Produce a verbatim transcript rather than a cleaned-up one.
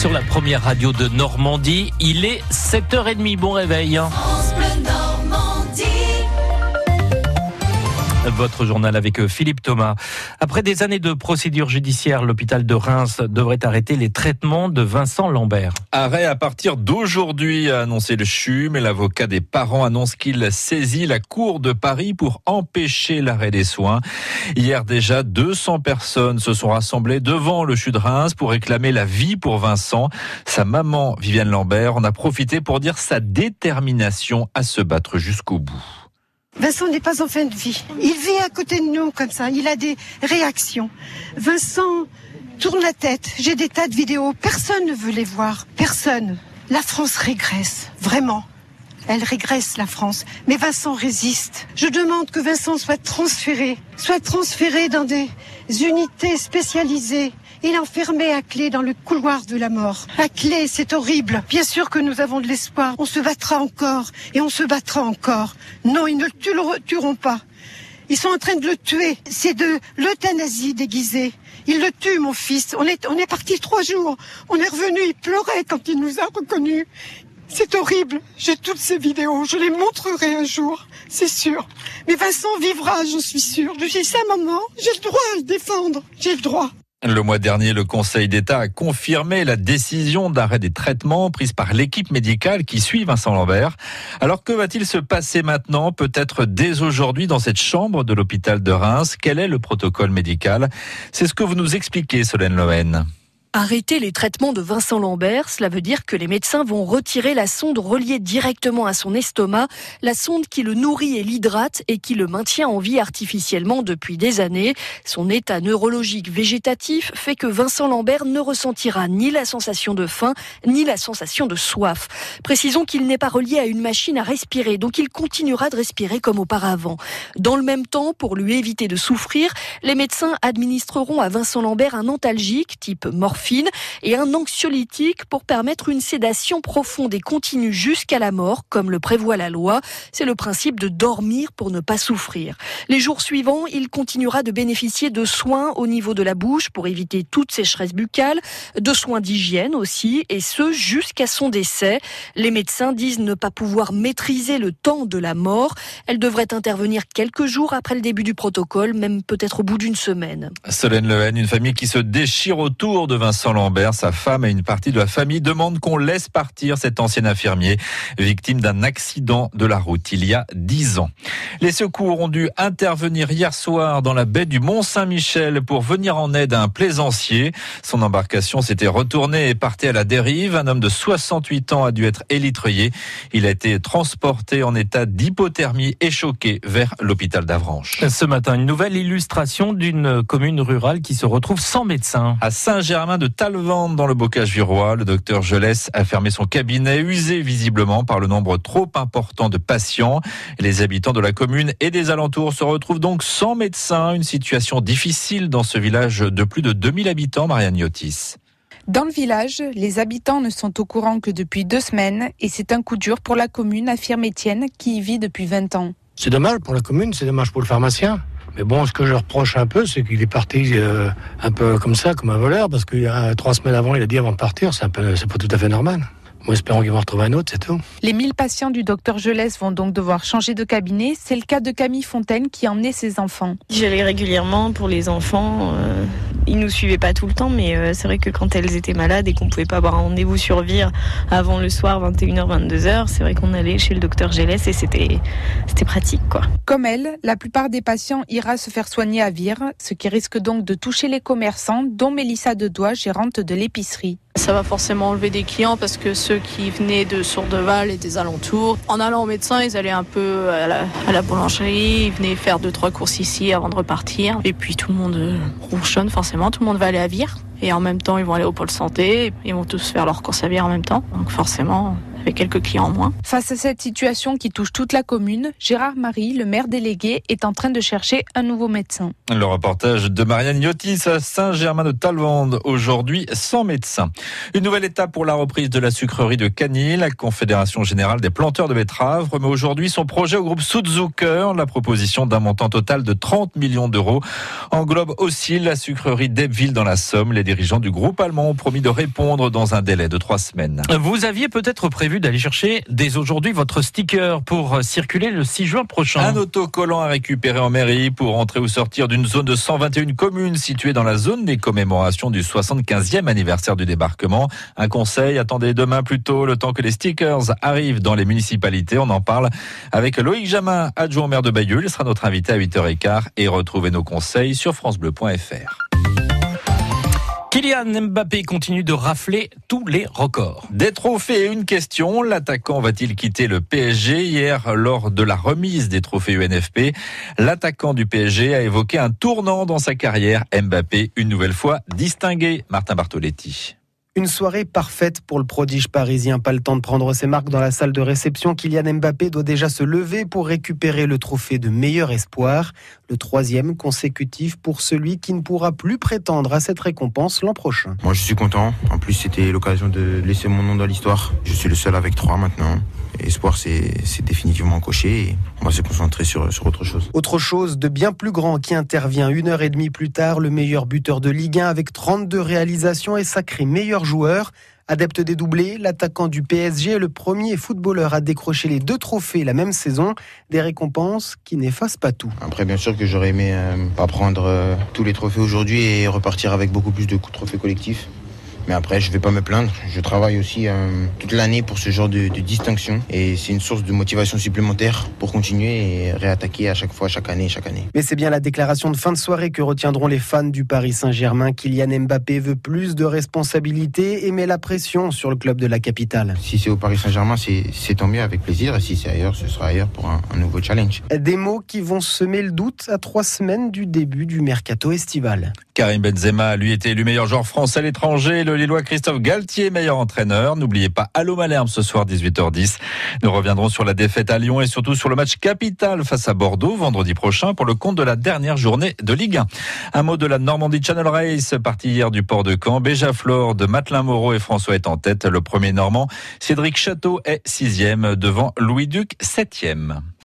sur la première radio de Normandie. Il est sept heures trente, bon réveil. France Bleu Normandie. Votre journal avec Philippe Thomas. Après des années de procédures judiciaires, l'hôpital de Reims devrait arrêter les traitements de Vincent Lambert. Arrêt à partir d'aujourd'hui, a annoncé le C H U M, et l'avocat des parents annonce qu'il saisit la Cour de Paris pour empêcher l'arrêt des soins. Hier déjà, deux cents personnes se sont rassemblées devant le C H U de Reims pour réclamer la vie pour Vincent. Sa maman, Viviane Lambert, en a profité pour dire sa détermination à se battre jusqu'au bout. Vincent n'est pas en fin de vie. Il vit à côté de nous comme ça. Il a des réactions. Vincent tourne la tête. J'ai des tas de vidéos. Personne ne veut les voir. Personne. La France régresse. Vraiment. Elle régresse, la France. Mais Vincent résiste. Je demande que Vincent soit transféré. Soit transféré dans des unités spécialisées. Il est enfermé à clé dans le couloir de la mort. À clé, c'est horrible. Bien sûr que nous avons de l'espoir. On se battra encore. Et on se battra encore. Non, ils ne le tueront pas. Ils sont en train de le tuer. C'est de l'euthanasie déguisée. Ils le tuent, mon fils. On est, on est parti trois jours. On est revenu, il pleurait quand il nous a reconnus. C'est horrible. J'ai toutes ces vidéos. Je les montrerai un jour. C'est sûr. Mais Vincent vivra, je suis sûre. Je suis sa maman. J'ai le droit à le défendre. J'ai le droit. Le mois dernier, le Conseil d'État a confirmé la décision d'arrêt des traitements prise par l'équipe médicale qui suit Vincent Lambert. Alors que va-t-il se passer maintenant, peut-être dès aujourd'hui dans cette chambre de l'hôpital de Reims? Quel est le protocole médical? C'est ce que vous nous expliquez, Solène Lohen. Arrêter les traitements de Vincent Lambert, cela veut dire que les médecins vont retirer la sonde reliée directement à son estomac, la sonde qui le nourrit et l'hydrate et qui le maintient en vie artificiellement depuis des années. Son état neurologique végétatif fait que Vincent Lambert ne ressentira ni la sensation de faim, ni la sensation de soif. Précisons qu'il n'est pas relié à une machine à respirer, donc il continuera de respirer comme auparavant. Dans le même temps, pour lui éviter de souffrir, les médecins administreront à Vincent Lambert un antalgique type morphine et un anxiolytique pour permettre une sédation profonde et continue jusqu'à la mort, comme le prévoit la loi. C'est le principe de dormir pour ne pas souffrir. Les jours suivants, il continuera de bénéficier de soins au niveau de la bouche pour éviter toute sécheresse buccale, de soins d'hygiène aussi, et ce jusqu'à son décès. Les médecins disent ne pas pouvoir maîtriser le temps de la mort. Elle devrait intervenir quelques jours après le début du protocole, même peut-être au bout d'une semaine. Solène Lehen, une famille qui se déchire autour de Vincent Lambert, sa femme et une partie de la famille demandent qu'on laisse partir cet ancien infirmier, victime d'un accident de la route il y a dix ans. Les secours ont dû intervenir hier soir dans la baie du Mont-Saint-Michel pour venir en aide à un plaisancier. Son embarcation s'était retournée et partait à la dérive. Un homme de soixante-huit ans a dû être élytreuillé. Il a été transporté en état d'hypothermie et choqué vers l'hôpital d'Avranches. Ce matin, une nouvelle illustration d'une commune rurale qui se retrouve sans médecin. À Saint-Germain de Talvente, dans le Bocage virois, le docteur Gelès a fermé son cabinet, usé visiblement par le nombre trop important de patients. Les habitants de la commune et des alentours se retrouvent donc sans médecin. Une situation difficile dans ce village de plus de deux mille habitants, Marianne Yotis. Dans le village, les habitants ne sont au courant que depuis deux semaines et c'est un coup dur pour la commune, affirme Étienne, qui y vit depuis vingt ans. C'est dommage pour la commune, c'est dommage pour le pharmacien. Mais bon, ce que je reproche un peu, c'est qu'il est parti euh, un peu comme ça, comme un voleur, parce qu'il y a trois semaines avant, il a dit avant de partir, c'est un peu, c'est pas tout à fait normal. Moi, espérons qu'il va en retrouver un autre, c'est tout. Les mille patients du docteur Gelès vont donc devoir changer de cabinet. C'est le cas de Camille Fontaine qui emmenait ses enfants. J'allais régulièrement pour les enfants. Euh, ils nous suivaient pas tout le temps, mais euh, c'est vrai que quand elles étaient malades et qu'on pouvait pas avoir un rendez-vous sur Vire avant le soir, vingt et une heures, vingt-deux heures, c'est vrai qu'on allait chez le docteur Gelès et c'était, c'était pratique, quoi. Comme elle, la plupart des patients ira se faire soigner à Vire, ce qui risque donc de toucher les commerçants, dont Mélissa Dedois, gérante de l'épicerie. Ça va forcément enlever des clients parce que ceux qui venaient de Sourdeval et des alentours, en allant au médecin, ils allaient un peu à la, à la boulangerie, ils venaient faire deux, trois courses ici avant de repartir. Et puis tout le monde ronchonne forcément, tout le monde va aller à Vire. Et en même temps, ils vont aller au pôle santé, ils vont tous faire leurs courses à Vire en même temps. Donc forcément, avec quelques clients en moins. Face à cette situation qui touche toute la commune, Gérard Marie, le maire délégué, est en train de chercher un nouveau médecin. Le reportage de Marianne Yotis à Saint-Germain-de-Talvende, aujourd'hui sans médecin. Une nouvelle étape pour la reprise de la sucrerie de Cagny. La Confédération Générale des Planteurs de Betteraves remet aujourd'hui son projet au groupe Südzucker. La proposition d'un montant total de trente millions d'euros englobe aussi la sucrerie d'Ebbville dans la Somme. Les dirigeants du groupe allemand ont promis de répondre dans un délai de trois semaines. Vous aviez peut-être prévu d'aller chercher dès aujourd'hui votre sticker pour circuler le six juin prochain. Un autocollant à récupérer en mairie pour entrer ou sortir d'une zone de cent vingt et une communes située dans la zone des commémorations du soixante-quinzième anniversaire du débarquement. Un conseil, attendez demain plutôt le temps que les stickers arrivent dans les municipalités. On en parle avec Loïc Jamin, adjoint au maire de Bailleul. Il sera notre invité à huit heures quinze et retrouvez nos conseils sur francebleu point f r. Kylian Mbappé continue de rafler tous les records. Des trophées et une question. L'attaquant va-t-il quitter le P S G? Hier, lors de la remise des trophées U N F P, l'attaquant du P S G a évoqué un tournant dans sa carrière. Mbappé, une nouvelle fois distingué. Martin Bartoletti. Une soirée parfaite pour le prodige parisien. Pas le temps de prendre ses marques dans la salle de réception. Kylian Mbappé doit déjà se lever pour récupérer le trophée de meilleur espoir. Le troisième consécutif pour celui qui ne pourra plus prétendre à cette récompense l'an prochain. Moi je suis content. En plus c'était l'occasion de laisser mon nom dans l'histoire. Je suis le seul avec trois maintenant. Espoir, c'est, c'est définitivement coché et on va se concentrer sur, sur autre chose. Autre chose de bien plus grand qui intervient une heure et demie plus tard, le meilleur buteur de Ligue un avec trente-deux réalisations et sacré meilleur joueur. Adepte des doublés, l'attaquant du P S G est le premier footballeur à décrocher les deux trophées la même saison. Des récompenses qui n'effacent pas tout. Après, bien sûr que j'aurais aimé euh, pas prendre euh, tous les trophées aujourd'hui et repartir avec beaucoup plus de trophées collectifs. Mais après, je ne vais pas me plaindre. Je travaille aussi euh, toute l'année pour ce genre de, de distinction. Et c'est une source de motivation supplémentaire pour continuer et réattaquer à chaque fois, chaque année, chaque année. Mais c'est bien la déclaration de fin de soirée que retiendront les fans du Paris Saint-Germain. Kylian Mbappé veut plus de responsabilités et met la pression sur le club de la capitale. Si c'est au Paris Saint-Germain, c'est, c'est tant mieux, avec plaisir. Et si c'est ailleurs, ce sera ailleurs pour un, un nouveau challenge. Des mots qui vont semer le doute à trois semaines du début du mercato estival. Karim Benzema, lui, était élu meilleur joueur français à l'étranger. Le Lillois Christophe Galtier, meilleur entraîneur. N'oubliez pas Allô Malherbe ce soir, dix-huit heures dix. Nous reviendrons sur la défaite à Lyon et surtout sur le match capital face à Bordeaux vendredi prochain pour le compte de la dernière journée de Ligue un. Un mot de la Normandie Channel Race, parti hier du port de Caen. Béja Flore de Matelin Moreau et François est en tête. Le premier Normand, Cédric Château, est sixième devant Louis Duc, septième.